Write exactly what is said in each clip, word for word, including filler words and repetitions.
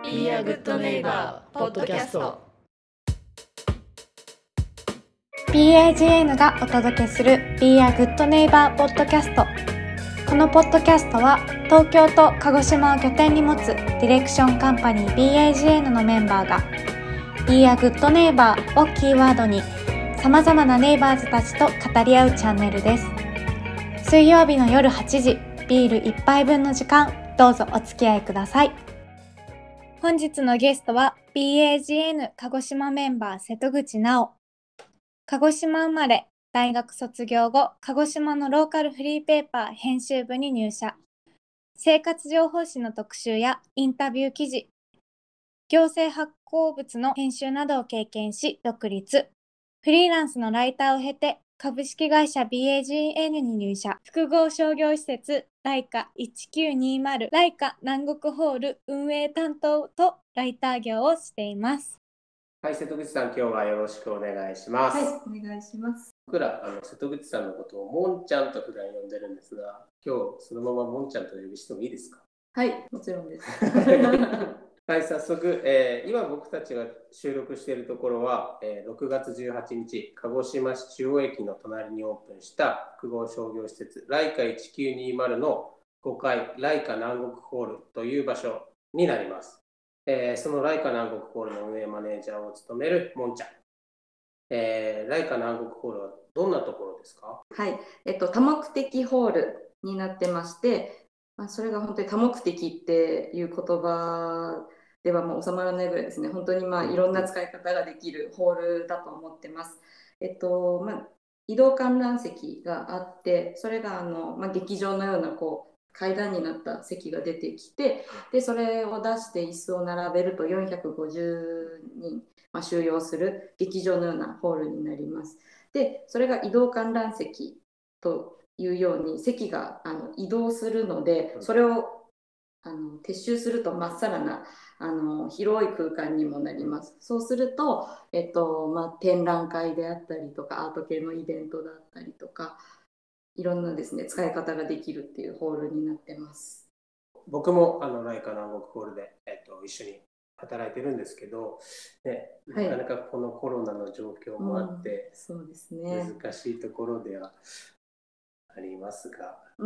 Be a Good Neighbor ポッドキャスト。 ビーエージーエヌ がお届けする Be a Good Neighbor ポッドキャスト。このポッドキャストは東京と鹿児島を拠点に持つディレクションカンパニー ビーエージーエヌ のメンバーが Be a Good Neighbor をキーワードにさまざまなネイバーズたちと語り合うチャンネルです。水曜日の夜はちじ、ビールいっぱいぶんの時間、どうぞお付き合いください。本日のゲストは ビーエージーエヌ 鹿児島メンバー瀬戸口直。鹿児島生まれ、大学卒業後、鹿児島のローカルフリーペーパー編集部に入社。生活情報誌の特集やインタビュー記事、行政発行物の編集などを経験し独立。フリーランスのライターを経て株式会社 ビーエージーエヌ に入社。複合商業施設ライカせんきゅうひゃくにじゅうライカ南国ホール運営担当とライター業をしています。 はい、瀬戸口さん、今日はよろしくお願いします。 はい、お願いします。 僕らあの瀬戸口さんのことをもんちゃんと普段呼んでるんですが、今日そのままもんちゃんとお呼びしてもいいですか？ はい、もちろんです。 はい、早速、えー、今僕たちが収録しているところは、えー、ろくがつじゅうはちにち、鹿児島市中央駅の隣にオープンした複合商業施設ライカせんきゅうひゃくにじゅうのごかいライカ南国ホールという場所になります。えー、そのライカ南国ホールの運営マネージャーを務めるもんちゃん。えー、ライカ南国ホールはどんなところですか？ はい、えっと、多目的ホールになってまして、まあ、それが本当に多目的っていう言葉ではもう収まらないぐらいですね。本当にまあいろんな使い方ができるホールだと思ってます。えっとまあ、移動観覧席があって、それがあの、まあ、劇場のようなこう階段になった席が出てきて、でそれを出して椅子を並べるとよんひゃくごじゅうにん、まあ、収容する劇場のようなホールになります。でそれが移動観覧席というように席があの移動するので、それをあの撤収するとまっさらなあの広い空間にもなります。そうすると、えっとまあ、展覧会であったりとかアート系のイベントだったりとか、いろんなですね使い方ができるっていうホールになってます。 僕もあのライカ南国ホールで、えっと、一緒に働いてるんですけど、ね、なかなかこのコロナの状況もあって、はい、うん、 そうですね、 難しいところではありますが、 うん、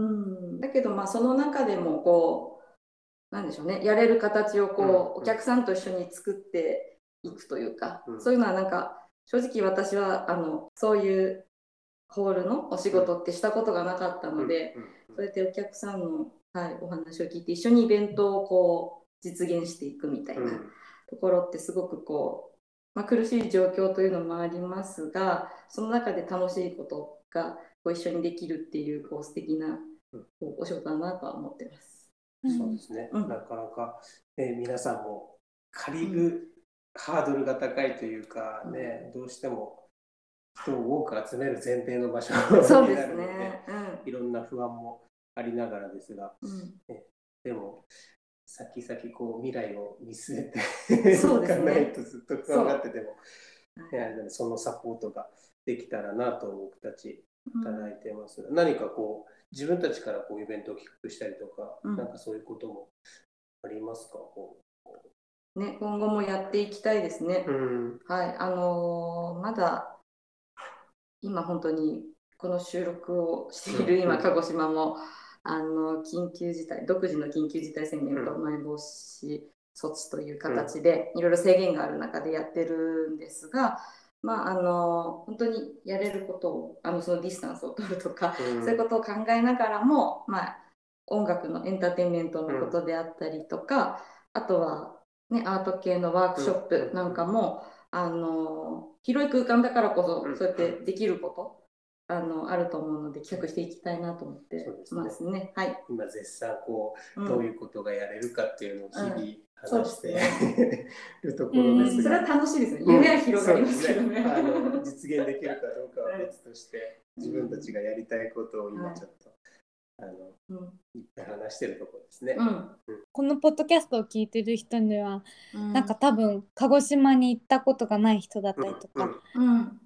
だけどまあその中でもこうなんでしょうね、やれる形をこう、うんうん、お客さんと一緒に作っていくというか、うん、そういうのはなんか正直私はあのそういうホールのお仕事ってしたことがなかったので、うんうんうん、そうやってお客さんの、はい、お話を聞いて一緒にイベントをこう実現していくみたいなところってすごくこう、まあ、苦しい状況というのもありますが、その中で楽しいことがこう一緒にできるっていう、こう素敵なこうお仕事だなとは思ってます。 そうですね、うん、なかなか、ね、皆さんも借りるハードルが高いというか、ね、うん、どうしても人を多く集める前提の場所になるので、そうですね、うん、いろんな不安もありながらですが、うん、ね、でも先々こう未来を見据えてそうです、ね、いかないとずっと不安があってても、そ, そのサポートができたらなと僕たちいただいてます、うん、何かこう自分たちからこうイベントを企画したりとか、うん、なんかそういうこともありますか？こう、ね、今後もやっていきたいですね、うん、はい、あのー、まだ今本当にこの収録をしている今、うん、鹿児島もあの緊急事態独自の緊急事態宣言とまん延防止措置という形でいろいろ制限がある中でやってるんですが、まあ、あの本当にやれることをあのそのディスタンスを取るとか、うん、そういうことを考えながらも、まあ、音楽のエンターテインメントのことであったりとか、うん、あとは、ね、アート系のワークショップなんかも、うん、あの広い空間だからこそ、うん、そうやってできることあのあると思うので企画していきたいなと思ってますね。ね、はい、 今絶賛こう、うん、どういうことがやれるかっていうのを日々話して、うん、るところですが、 それは楽しいですよね。夢は広がりますけどね。 うん、あの実現できるかどうかは別として、自分たちがやりたいことを今ちょっと、はい、あのいっぱい話してるところですね、うんうん、 このポッドキャストを聞いてる人には、うん、なんか多分鹿児島に行ったことがない人だったりとか、うんうん、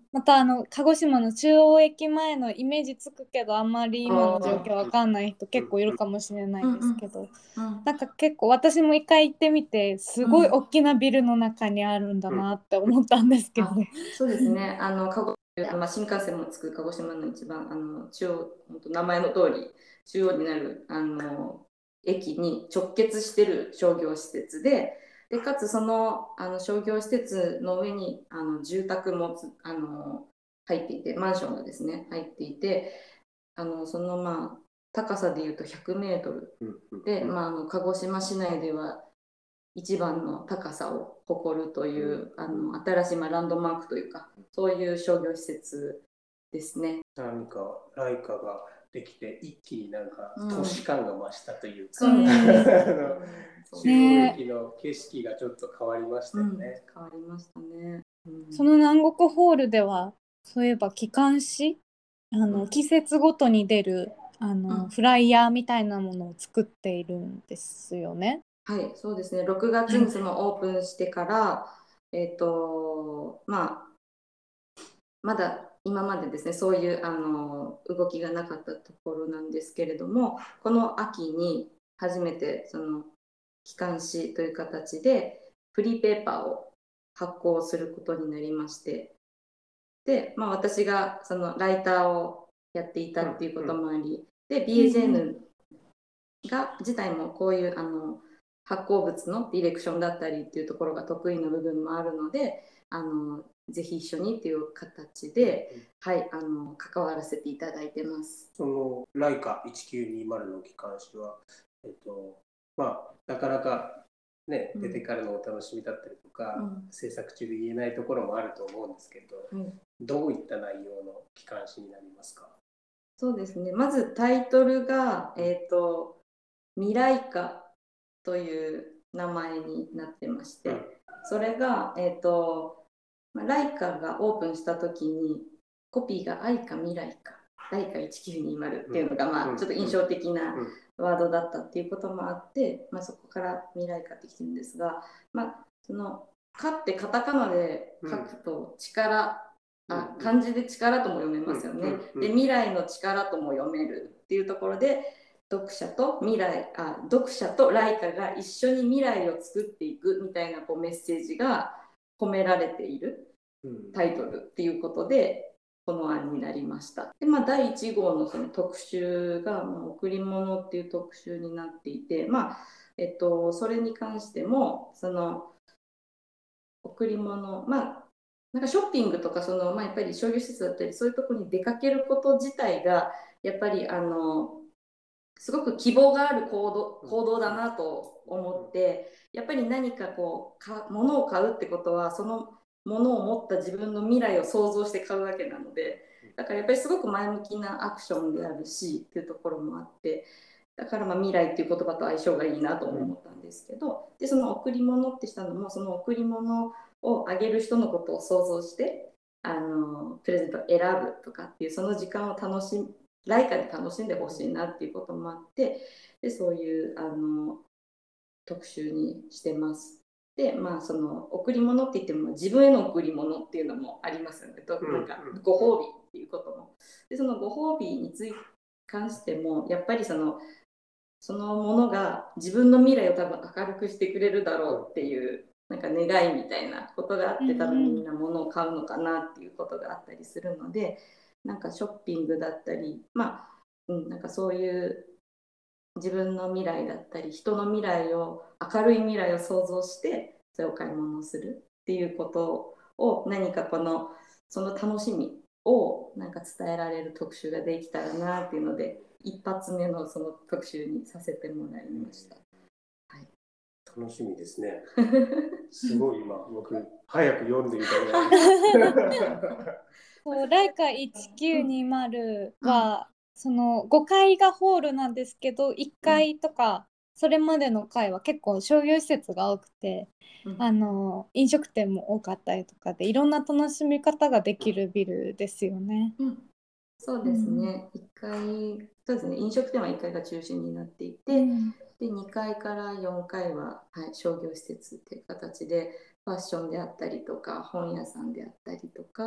またあの鹿児島の中央駅前のイメージつくけど、あんまり今の状況わかんない人結構いるかもしれないんですけど、 うんなんか結構私も一回行ってみて、すごい大きなビルの中にあるんだなって思ったんですけど、 あそうですね。あの鹿児まあ、新幹線もつく鹿児島の一番あの中央、本当名前の通り中央になるあの駅に直結してる商業施設で、でかつそのあの商業施設の上にあの住宅もつあの入っていて、マンションがですね入っていて、あのそのまあ高さでいうとひゃくメートルで、まあ、あの鹿児島市内では一番の高さを誇るという、あの新しいまあランドマークというか、そういう商業施設ですね。 何かライカができて一気になんか都市感が増したというか、 うん、 あのそう中央駅の景色がちょっと変わりましたよね。 うん、変わりましたね。うん、 その南国ホールではそういえば機関誌、あの、 うん季節ごとに出るあの、 うんフライヤーみたいなものを作っているんですよね。 はい、そうですね。ろくがつにそのオープンしてから、えっと、まあ、まだ今までですね、そういうあの動きがなかったところなんですけれども、この秋に初めてその機関誌という形でフリーペーパーを発行することになりまして、で、まあ、私がそのライターをやっていたっていうこともあり、で ビーエージェーエヌ が自体もこういうあの発行物のディレクションだったりっていうところが得意な部分もあるので、あのぜひ一緒にっていう形で、はい、あの関わらせていただいてます。 そのライカいちきゅうにまるの機関誌は、えっとまあ、なかなか、ね、出てからのお楽しみだったりとか、うん、制作中で言えないところもあると思うんですけど、うん、どういった内容の機関誌になりますか？ そうですね、まずタイトルが、えーと、未来化という名前になってまして、うん、それが、えーと、ライカがオープンした時にコピーが愛か未来かライカいちきゅうにまるっていうのが、まあ、ちょっと印象的なワードだったっていうこともあって、まあ、そこから未来化ってきてるんですが、まあ、その「か」ってカタカナで書くと力、うん、あ漢字で力とも読めますよね。で未来の力とも読めるっていうところで、読者と未来あ読者とライカが一緒に未来を作っていくみたいなこうメッセージが込められているタイトルっていうことでこの案になりました。で、まあ、だいいち号のその特集が、まあ、贈り物っていう特集になっていて、まあえっと、それに関してもその贈り物、まあなんかショッピングとかその、まあ、やっぱり商業施設だったりそういうところに出かけること自体がやっぱりあのすごく希望がある行動、行動だなと思って、やっぱり何かこうか物を買うってことはその物を持った自分の未来を想像して買うわけなので、だからやっぱりすごく前向きなアクションであるしっていうところもあって、だからまあ未来っていう言葉と相性がいいなと思ったんですけど、でその贈り物ってしたのもその贈り物をあげる人のことを想像してあのプレゼントを選ぶとかっていうその時間を楽しみライカで楽しんでほしいなっていうこともあって、でそういうあの特集にしてます。でまあその贈り物って言っても自分への贈り物っていうのもありますよね。となんかご褒美っていうことも。でそのご褒美につい関してもやっぱりそのそのものが自分の未来を多分明るくしてくれるだろうっていうなんか願いみたいなことがあって多分みんな物を買うのかなっていうことがあったりするので、なんかショッピングだったり、まあ、うん、なんかそういう自分の未来だったり人の未来を明るい未来を想像してそれを買い物をするっていうことを何かこのその楽しみをなんか伝えられる特集ができたらなっていうので一発目のその特集にさせてもらいました。はい、 楽しみですね。すごい今僕早く読んでみたいな。 そうライカいちきゅうにまるは、うん、そのごかいがホールなんですけどいっかいとか、うん、それまでの階は結構商業施設が多くて、うん、あの飲食店も多かったりとかでいろんな楽しみ方ができるビルですよね。 うん、そうですね、うん、いっかいそうですね、飲食店はいっかいが中心になっていて、うん、でにかいからよんかいは、はい、商業施設っていう形でファッションであったりとか本屋さんであったりとか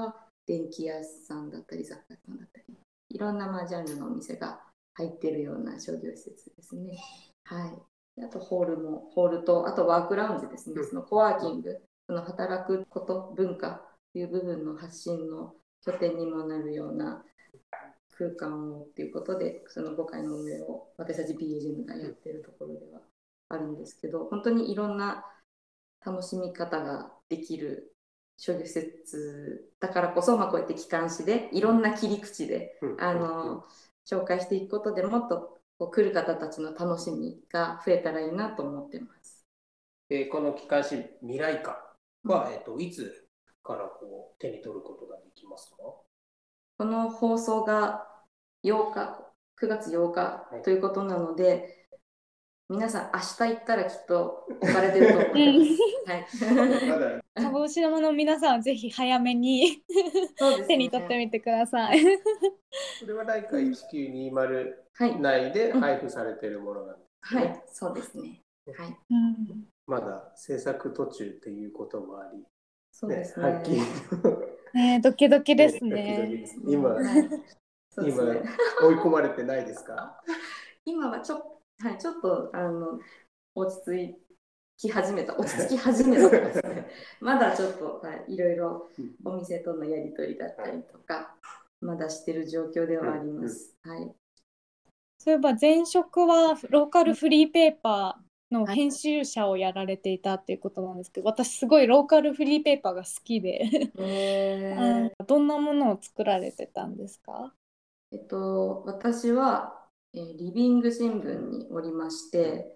電気屋さんだったり雑貨屋さんだったり、いろんなまあジャンルのお店が入ってるような商業施設ですね。はい。あとホールも、ホールと、あとワークラウンジですね。そのコワーキング、その働くこと、文化という部分の発信の拠点にもなるような空間をっていうことで、そのごかいの上を私たち ビーエージェーエヌ がやってるところではあるんですけど、本当にいろんな楽しみ方ができる商業施設だからこそ、まあ、こうやって機関誌でいろんな切り口で、うん、あの紹介していくことでもっとこう来る方たちの楽しみが増えたらいいなと思ってます。 えー、この機関誌未来館は、うん、えーと、いつからこう手に取ることができますか？ この放送がようか、くがつようかということなので、はい、皆さん明日行ったらきっと置かれてると思います。 はい、鹿児島の皆さんはぜひ早めに手に取ってみてください。 それはライカいちきゅうにまる内で配布されているものなんですね。 はい、はい、そうですね。はい、 まだ制作途中っていうこともあり、 そうですね。 はっきりね、ドキドキですね。 今、はい、今追い込まれてないですか？ 今はちょ、はい、ちょっとあの落ち着き始めた、落ち着き始めたですね。まだちょっと、はい、いろいろお店とのやり取りだったりとか、まだしてる状況ではあります。はい。 そういえば前職はローカルフリーペーパーの編集者をやられていたっていうことなんですけど、私すごいローカルフリーペーパーが好きでえー、 どんなものを作られてたんですか？ えっと、私は、えー、リビング新聞におりまして、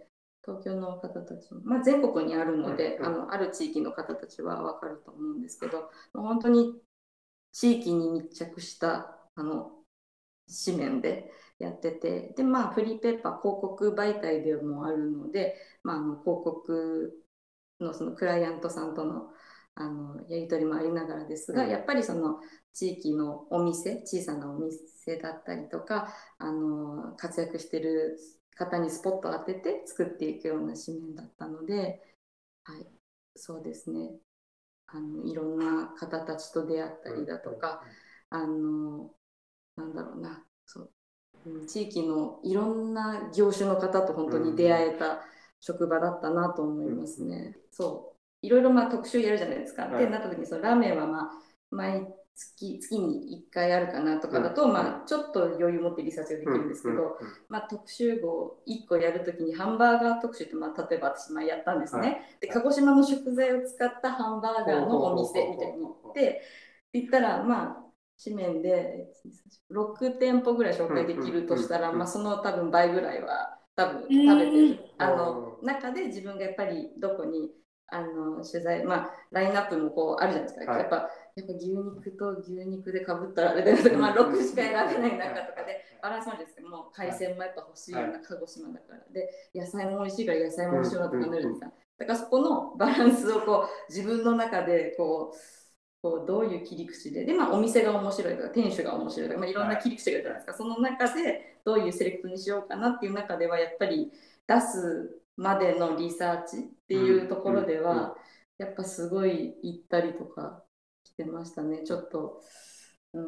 東京の方たちも、まあ、全国にあるので、あの、ある地域の方たちは分かると思うんですけど、本当に地域に密着したあの紙面でやってて、で、まあ、フリーペーパー広告媒体でもあるので、まあ、あの広告のそのクライアントさんとのあのやり取りもありながらですが、うん、やっぱりその地域のお店、小さなお店だったりとか、あの活躍してる方にスポットを当てて作っていくような紙面だったので、はい、そうですね、あのいろんな方たちと出会ったりだとか、あのなんだろうな、そう地域のいろんな業種の方と本当に出会えた職場だったなと思いますね。そういろいろまあ特集やるじゃないですか。でなった時にそのラーメンはまあ毎月月にいっかいあるかなとかだと、まあちょっと余裕持ってリサーチができるんですけど、まあ特集号いっこやる時にハンバーガー特集って、まあ例えば私前やったんですね。で鹿児島の食材を使ったハンバーガーのお店みたいに行って言ったら、まあ紙面でろくてんぽぐらい紹介できるとしたら、まあその多分倍ぐらいは多分食べてる、あの中で自分がやっぱりどこにあの取材、まあラインナップもこうあるじゃないですか、はい、やっぱやっぱ牛肉と牛肉でかぶったらあれだよとか、まあろくしか選べない中とかでバランスもあるんですけども、海鮮もやっぱ欲しいような鹿児島だから、で野菜も美味しいから野菜も美味しいなとかなるんですか、だからそこのバランスをこう自分の中でこうこうどういう切り口で、で、まあ、お店が面白いとか店主が面白いとか、まあ、いろんな切り口があるじゃないですか、はい、その中でどういうセレクトにしようかなっていう中ではやっぱり出すまでのリサーチっていうところでは、うんうんうん、やっぱすごい行ったりとかしてましたね。ちょっと、うん、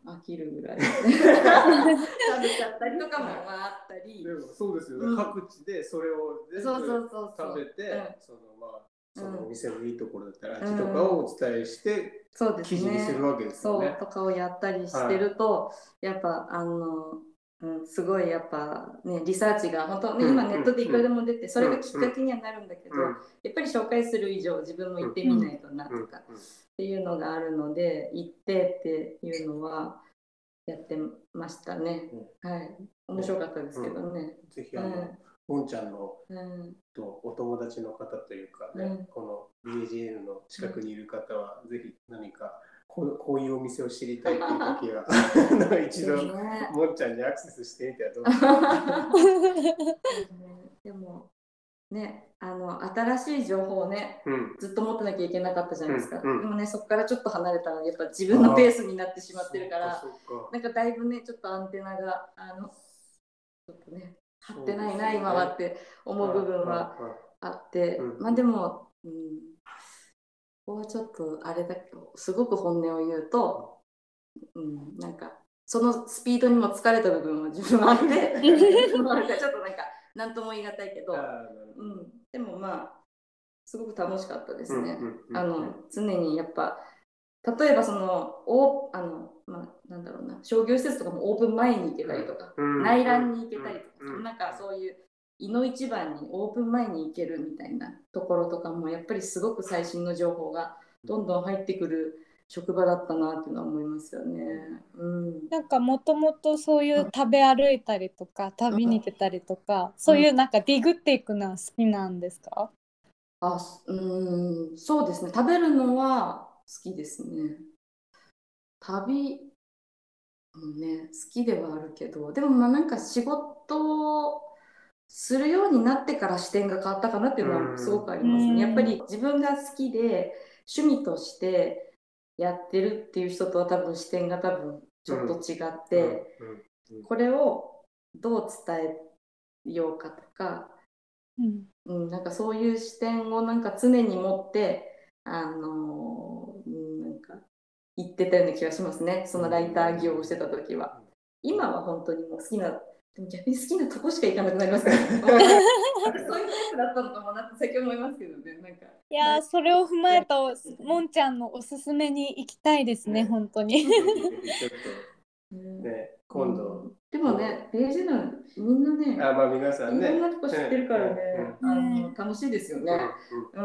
飽きるぐらい食べちゃったりとかもあったり、 でもそうですよね、うん、各地でそれを全部食べて、 うん、 そのまあそのお店のいいところだったら味とかをお伝えして記事にするわけですよね。 そうとかをやったりしてると、はい、やっぱあの、うん、すごいやっぱねリサーチが本当ね、うん、今ネットでいくらでも出て、うん、それがきっかけにはなるんだけど、うん、やっぱり紹介する以上自分も行ってみないとなとかっていうのがあるので、行ってっていうのはやってましたね。うん、はい、面白かったですけどね。 うん、ぜひあの、うんもんちゃんの、うん、とお友達の方というかね、うん、この ビーエージーエヌ の近くにいる方は、うん、ぜひ何かこう、こういうお店を知りたいという時は一度、ね、もんちゃんにアクセスしてみてはどうですか。 でもね、あの新しい情報をね、うん、ずっと持ってなきゃいけなかったじゃないですか、うんうん、でもねそこからちょっと離れたらやっぱ自分のペースになってしまってるから、なんかだいぶねちょっとアンテナがあのちょっとね張ってないな、ね、今はって思う部分はあって、うん、まあでも、うん、ここはちょっとあれだけどすごく本音を言うとうん、なんかそのスピードにも疲れた部分は自分はあってちょっとなんか何とも言い難いけど、うん、でもまあすごく楽しかったですね。あの常にやっぱ例えばそのおあの、まあ、なんだろうな商業施設とかもオープン前に行けたりとか、内覧に行けたりとか、なんかそういういの一番にオープン前に行けるみたいなところとかもやっぱりすごく最新の情報がどんどん入ってくる職場だったなっていうのは思いますよね。うん、 なんかもともとそういう食べ歩いたりとか、旅に出たりとか、そういうなんかディグっていくのは好きなんですか？ あ、うん、そうですね。食べるのは好きですね。旅もね、好きではあるけど、でもまあなんか仕事をするようになってから視点が変わったかなっていうのはすごくありますね。やっぱり自分が好きで趣味としてやってるっていう人とは多分視点が多分ちょっと違って、これをどう伝えようかとか、うんうん、なんかそういう視点をなんか常に持ってあのー、なんか言ってたような気がしますね。そのライター業をしてた時は。今は本当にもう好きな、でも逆に好きなとこしか行かなくなりますからそういうタイプだったのかもなって最近思いますけどね。なんかいやー、それを踏まえたもんちゃんのおすすめに行きたいですね、本当に。 ちょっとね、今度。 でもね、ベージュのみんなね、 あ、まあ皆さんね、 いろんなとこ知ってるからね、あの楽しいですよね。うん。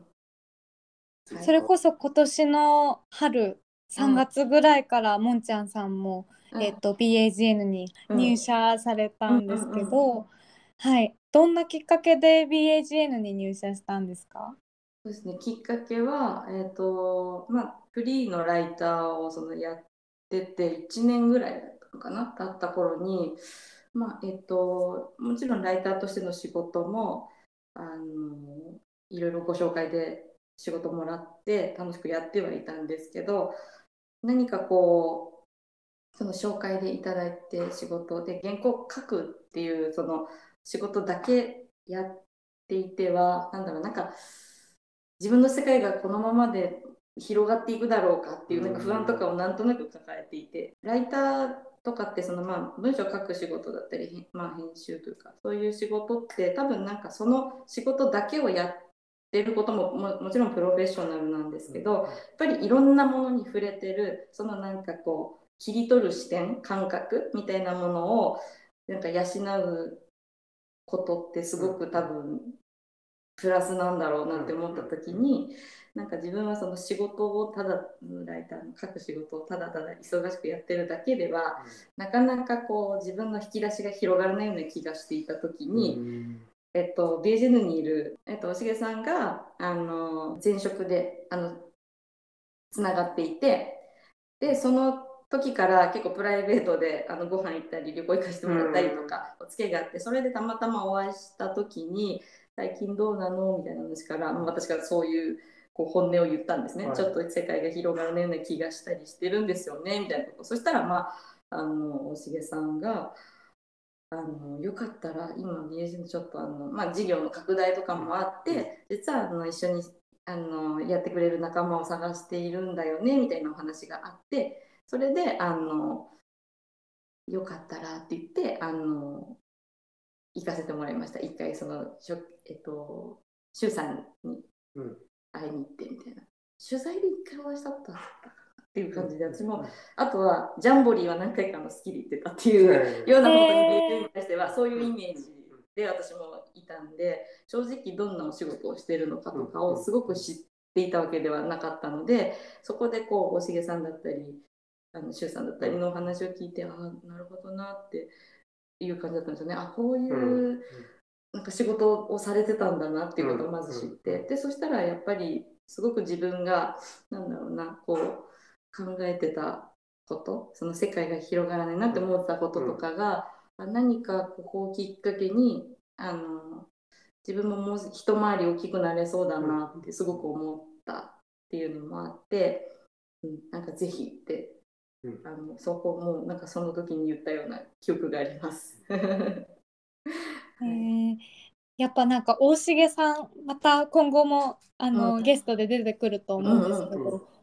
それこそ今年の春さんがつぐらいからもんちゃんさんも、えっと ビーエージーエヌ に入社されたんですけど、はい、どんなきっかけで ビーエージーエヌ に入社したんですか？ そうですね、きっかけは、えっとまあ、フリーのライターをそのやってていちねんぐらいだったのかな、経った頃に、まあえっと、もちろんライターとしての仕事もあのいろいろご紹介で仕事もらって楽しくやってはいたんですけど、何かこうその紹介でいただいて仕事で原稿書くっていうその仕事だけやっていては、なんだろう、なんか自分の世界がこのままで広がっていくだろうかっていうなんか不安とかをなんとなく抱えていて、ライターとかってそのまあ文章を書く仕事だったり、まあ、編集というかそういう仕事って多分なんかその仕事だけをやってることも も, もちろんプロフェッショナルなんですけど、やっぱりいろんなものに触れてるそのなんかこう切り取る視点感覚みたいなものをなんか養うことってすごく多分プラスなんだろうなって思った時に、なんか自分はその仕事をただライターの書く仕事をただただ忙しくやってるだけでは、なかなかこう自分の引き出しが広がらないような気がしていた時に、えっと、ビーエージーエヌ にいる、えっと、おしげさんがあの前職であのつながっていて、でその時から結構プライベートであのご飯行ったり旅行行かせてもらったりとかお付き合いがあって、それでたまたまお会いした時に最近どうなのみたいな話から、もう私からそういうこう本音を言ったんですね、はい、ちょっと世界が広がらないような気がしたりしてるんですよねみたいなこと。そしたらまああのおしげさんがあのよかったら今ビーエージーのちょっとあの、まあ、事業の拡大とかもあって実はあの一緒にあのやってくれる仲間を探しているんだよねみたいなお話があって、それであのよかったらって言ってあの行かせてもらいました。一回そのえっと周さんに会いに行ってみたいな、取材で一回お会いしたことあったかなっていう感じで、私もあとはジャンボリーは何回かの好きで行ってたっていうような本当にビーエーに対してはそういうイメージで私もいたんで、正直どんなお仕事をしているのかとかをすごく知っていたわけではなかったので、そこでこうおしげさんだったりあの周さんだったりのお話を聞いて、ああなるほどなっていう感じだったんですよね。あこういうなんか仕事をされてたんだなっていうことをまず知って、でそしたらやっぱりすごく自分がなんだろうなこう考えてたこと、その世界が広がらないなって思ったこととかが、うん、何かここをきっかけにあの自分ももう一回り大きくなれそうだなってすごく思ったっていうのもあって、うん、なんかぜひって、うん、あのそこもなんかその時に言ったような記憶があります。 えー、やっぱなんか大重さんまた今後もあの、うん、ゲストで出てくると思うんですけど、うんうんうん、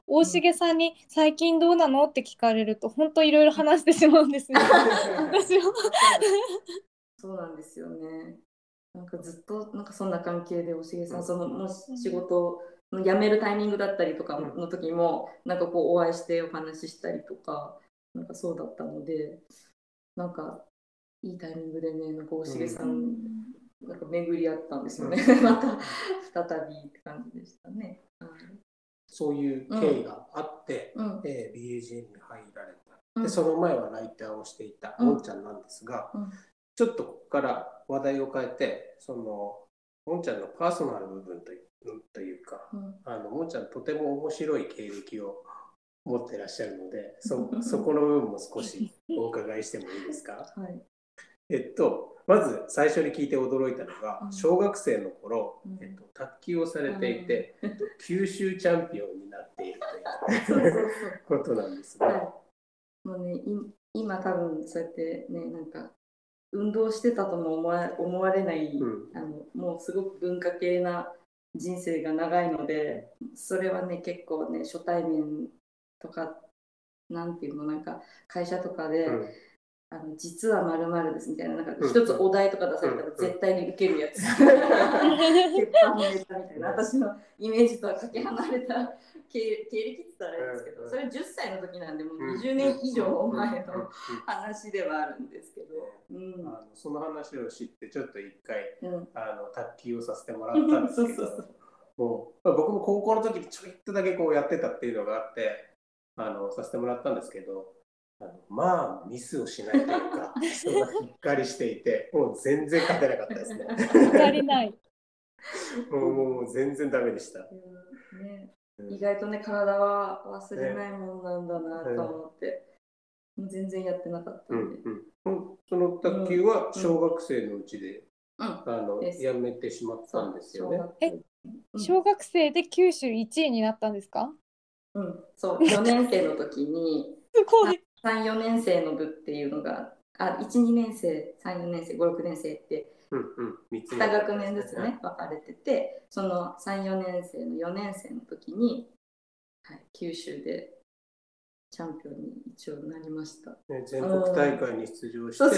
大重さんに最近どうなのって聞かれると本当いろいろ話してしまうんですね私はそうなんですよね。なんかずっとなんかそんな関係で大重さん、 うんそのもし仕事を辞めるタイミングだったりとかの時も、なんかこうお会いしてお話ししたりとか、なんかそうだったので、なんかいいタイミングでね、なんか大重さん、うん、なんか巡り合ったんですよね、うん、また再びって感じでしたね。はい、 そういう経緯があって、うんえー、ビーエージーエヌ に入られた。で、うん、その前はライターをしていたもんちゃんなんですが、うんうん、ちょっとここから話題を変えて、そのもんちゃんのパーソナル部分というというか、うん、あのもんちゃんとても面白い経歴を持ってらっしゃるので、そ, そこの部分も少しお伺いしてもいいですか？はい、えっとまず最初に聞いて驚いたのが、うん、小学生の頃、うんえっと、卓球をされていて、うんえっと、九州チャンピオンになっているということなんですが、はい、もうね、 今多分そうやってね、なんか運動してたとも思わ、思われない、うん、あのもうすごく文化系な人生が長いので、それはね結構ね初対面とかなんていうの、なんか会社とかで、うん、あの実は〇〇ですみたいな、なんか一つお題とか出されたら絶対に受けるやつ、鉄板ネタみたいな、私のイメージとはかけ離れた経歴って言ったらあれですけど、それじゅっさいの時なんで、もうにじゅうねん以上前の話ではあるんですけど、うん、あのその話を知ってちょっと一回、うん、あの卓球をさせてもらったんですけどそうそうそう、もう僕も高校の時にちょいっとだけこうやってたっていうのがあって、あのさせてもらったんですけど、あのまあミスをしないというか人がしっかりしていて、もう全然勝てなかったですね。 足りないもうもう全然ダメでした、 ねうん、意外とね体は忘れないもんなんだなと思って、ねうん、もう全然やってなかったんで、うんうん、その卓球は小学生のうちで、うん、あのやめてしまったんですよね。 え、小学生で九州いちいになったんですか？ うん、そうよねん生の時にすごいさん、よねん生の部っていうのが、あ、いち、にねん生、さん、よねん生、ご、ろくねん生ってに学年ずつね分かれてて、そのさん、よねん生のよねん生の時に、はい、九州でチャンピオンに一応なりました、 ね、全国大会に出場して、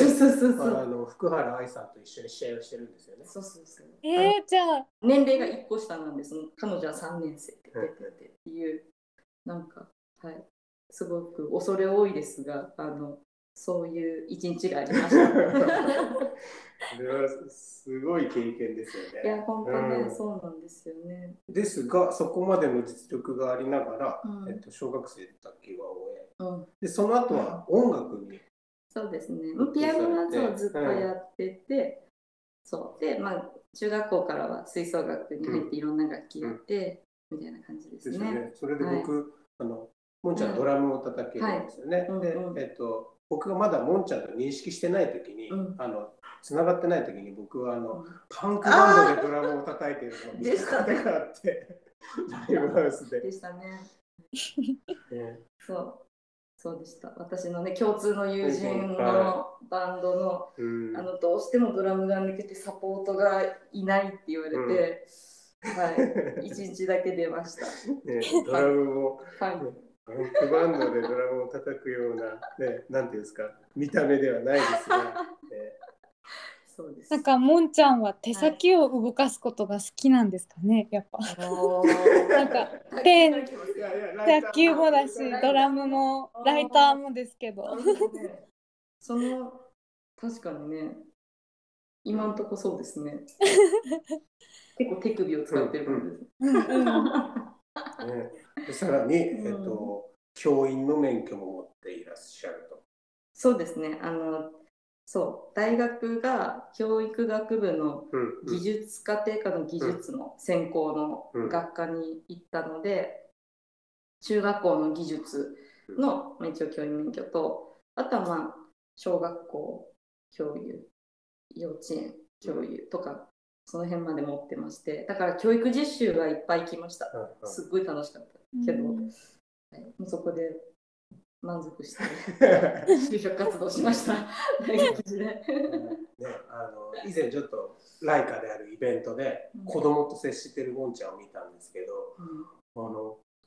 福原愛さんと一緒に試合をしてるんですよね。 そうそうそう、 えー、じゃあ年齢がいっこ下なんです。彼女はさんねん生って出ててっていう、なんか、はい、すごく恐れ多いですが、あのそういう一日がありました。これはすごい経験ですよね。 いや、本当ね、うん、そうなんですよね。 ですが、そこまでの実力がありながら、うん、えっと、小学生で卓球は終え、うん、でその後は音楽に、うん、 そうですね、ピアノはそうずっとやってて、うん、そうで、まあ、中学校からは吹奏楽に入っていろんな楽器やって、うん、みたいな感じですね。ですね。 それで僕、はい、あのもんちゃんドラムを叩けるんですよね。はい、で、うんうん、えっと僕がまだもんちゃんと認識してない時に、うん、あの繋がってない時に僕はあの、うん、パンクバンドでドラムを叩いてるのを見たことがあってライブハウスで。 でしたね。ね、そうそうでした。私のね共通の友人のバンドの、うん、あのどうしてもドラムが抜けてサポートがいないって言われて、うん、はい一日だけ出ました。 ね、ドラムも。はいはいパンクバンドでドラムを叩くような、ね、なんていうんですか、見た目ではないですが、ね、 そうです。なんかもんちゃんは手先を動かすことが好きなんですかね、やっぱ。なんかペン、卓球もだし、ドラムもライターもですけど。 その確かにね、今のとこそうですね。結構手首を使ってる感じです。うんうんね、でさらに、えっと、教員の免許も持っていらっしゃると。 そうですね。あのそう大学が教育学部の技術家庭科の技術の専攻の学科に行ったので、中学校の技術の一応教員免許と、あとはまあ小学校教諭、幼稚園教諭とかその辺まで持ってまして、だから教育実習はいっぱい行きました。すっごい楽しかったけど、うん、はい、もうそこで満足して就職活動しました大学時代、ね、 あの以前ちょっとライカであるイベントで子供と接してるもんちゃんを見たんですけど、うん、あの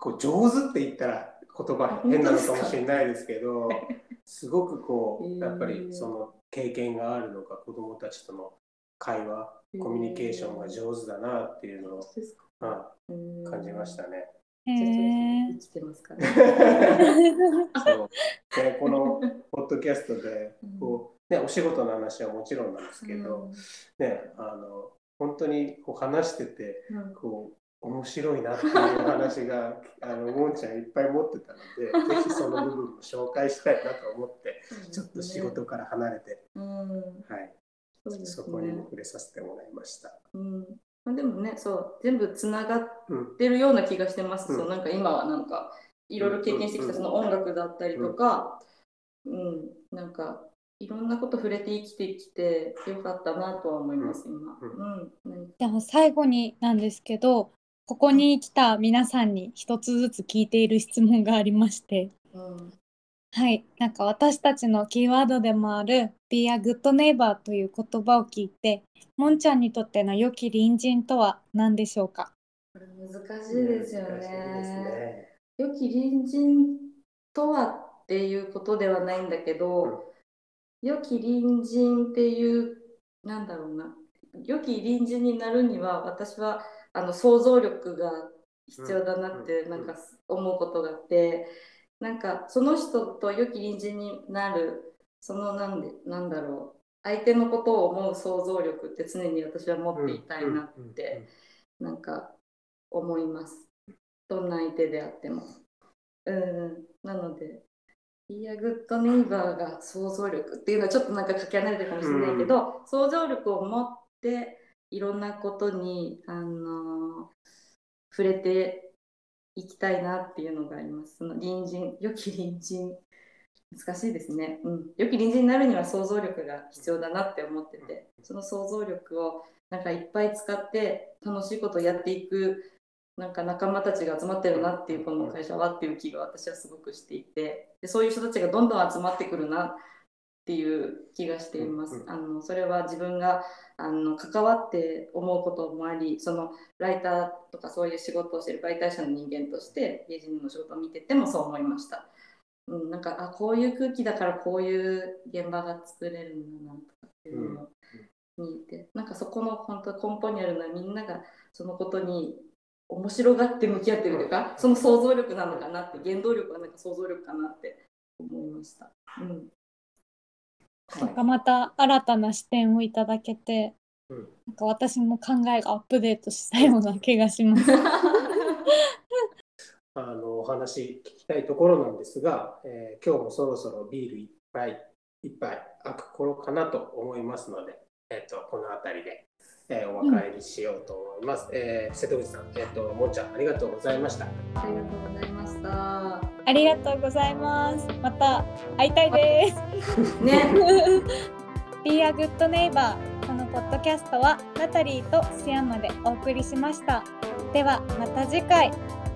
こう上手って言ったら言葉変なのかもしれないですけど、すごくこうやっぱりその経験があるのか、子どもたちとの会話、コミュニケーションが上手だなっていうのを、うん、感じましたね。 ちょっと生きてますかね。 そうでこのポッドキャストでこう、ね、お仕事の話はもちろんなんですけど、うんね、あの本当にこう話してて、うん、こう面白いなっていう話があのもんちゃんいっぱい持ってたのでぜひその部分も紹介したいなと思ってちょっと仕事から離れて、うんはいそうですね、そこに触れさせてもらいました。 うんまあ、でもねそう全部つながってるような気がしてます、うん、そうなんか今はなんかいろいろ経験してきたその音楽だったりとか、うん、うん、なんかいろんなこと触れて生きてきてよかったなとは思います、今、うんうん、 でも最後になんですけど、ここに来た皆さんに一つずつ聞いている質問がありまして、うん、はい、なんか私たちのキーワードでもある Be a good neighbor という言葉を聞いて、もんちゃんにとっての良き隣人とは何でしょうか？ これ難しいですよね。ね良き隣人とはっていうことではないんだけど、うん、良き隣人っていうなんだろうな、良き隣人になるには私はあの想像力が必要だなってなんか思うことがあって、なんかその人と良き隣人になるそのなんでなんだろう相手のことを思う想像力って常に私は持っていたいなってなんか思います。どんな相手であっても。うんなのでBe a good neighborが想像力っていうのはちょっとなんかかけ離れてるかもしれないけど、うん、想像力を持っていろんなことに、あのー、触れていきたいなっていうのがあります。その隣人、良き隣人難しいですね、うん、良き隣人になるには想像力が必要だなって思ってて、その想像力をなんかいっぱい使って楽しいことをやっていくなんか仲間たちが集まってるなっていうこの会社はっていう気が私はすごくしていて、でそういう人たちがどんどん集まってくるなっていう気がしています。あのそれは自分があの関わって思うこともあり、そのライターとかそういう仕事をしている媒体者の人間として芸人の仕事を見ててもそう思いました。うん、なんかあこういう空気だからこういう現場が作れるんだなとかっていうのを見て、なんかそこの本当根本にあるのはみんながそのことに面白がって向き合ってるというか、その想像力なのかなって、原動力はなんか想像力かなって思いました。うん。 なんかまた新たな視点をいただけて、うん、なんか私も考えがアップデートしたような気がします。 あのお話聞きたいところなんですが、えー、今日もそろそろビール一杯一杯開く頃かなと思いますので、えー、とこの辺りで、えー、お別れにしようと思います。うんえー、瀬戸口さん、えー、ともんちゃんありがとうございました。 ありがとうございました。 ありがとうございます。また会いたいです。 ね。 Be a good neighbor。このポッドキャストはナタリーとシアンまでお送りしました。ではまた次回。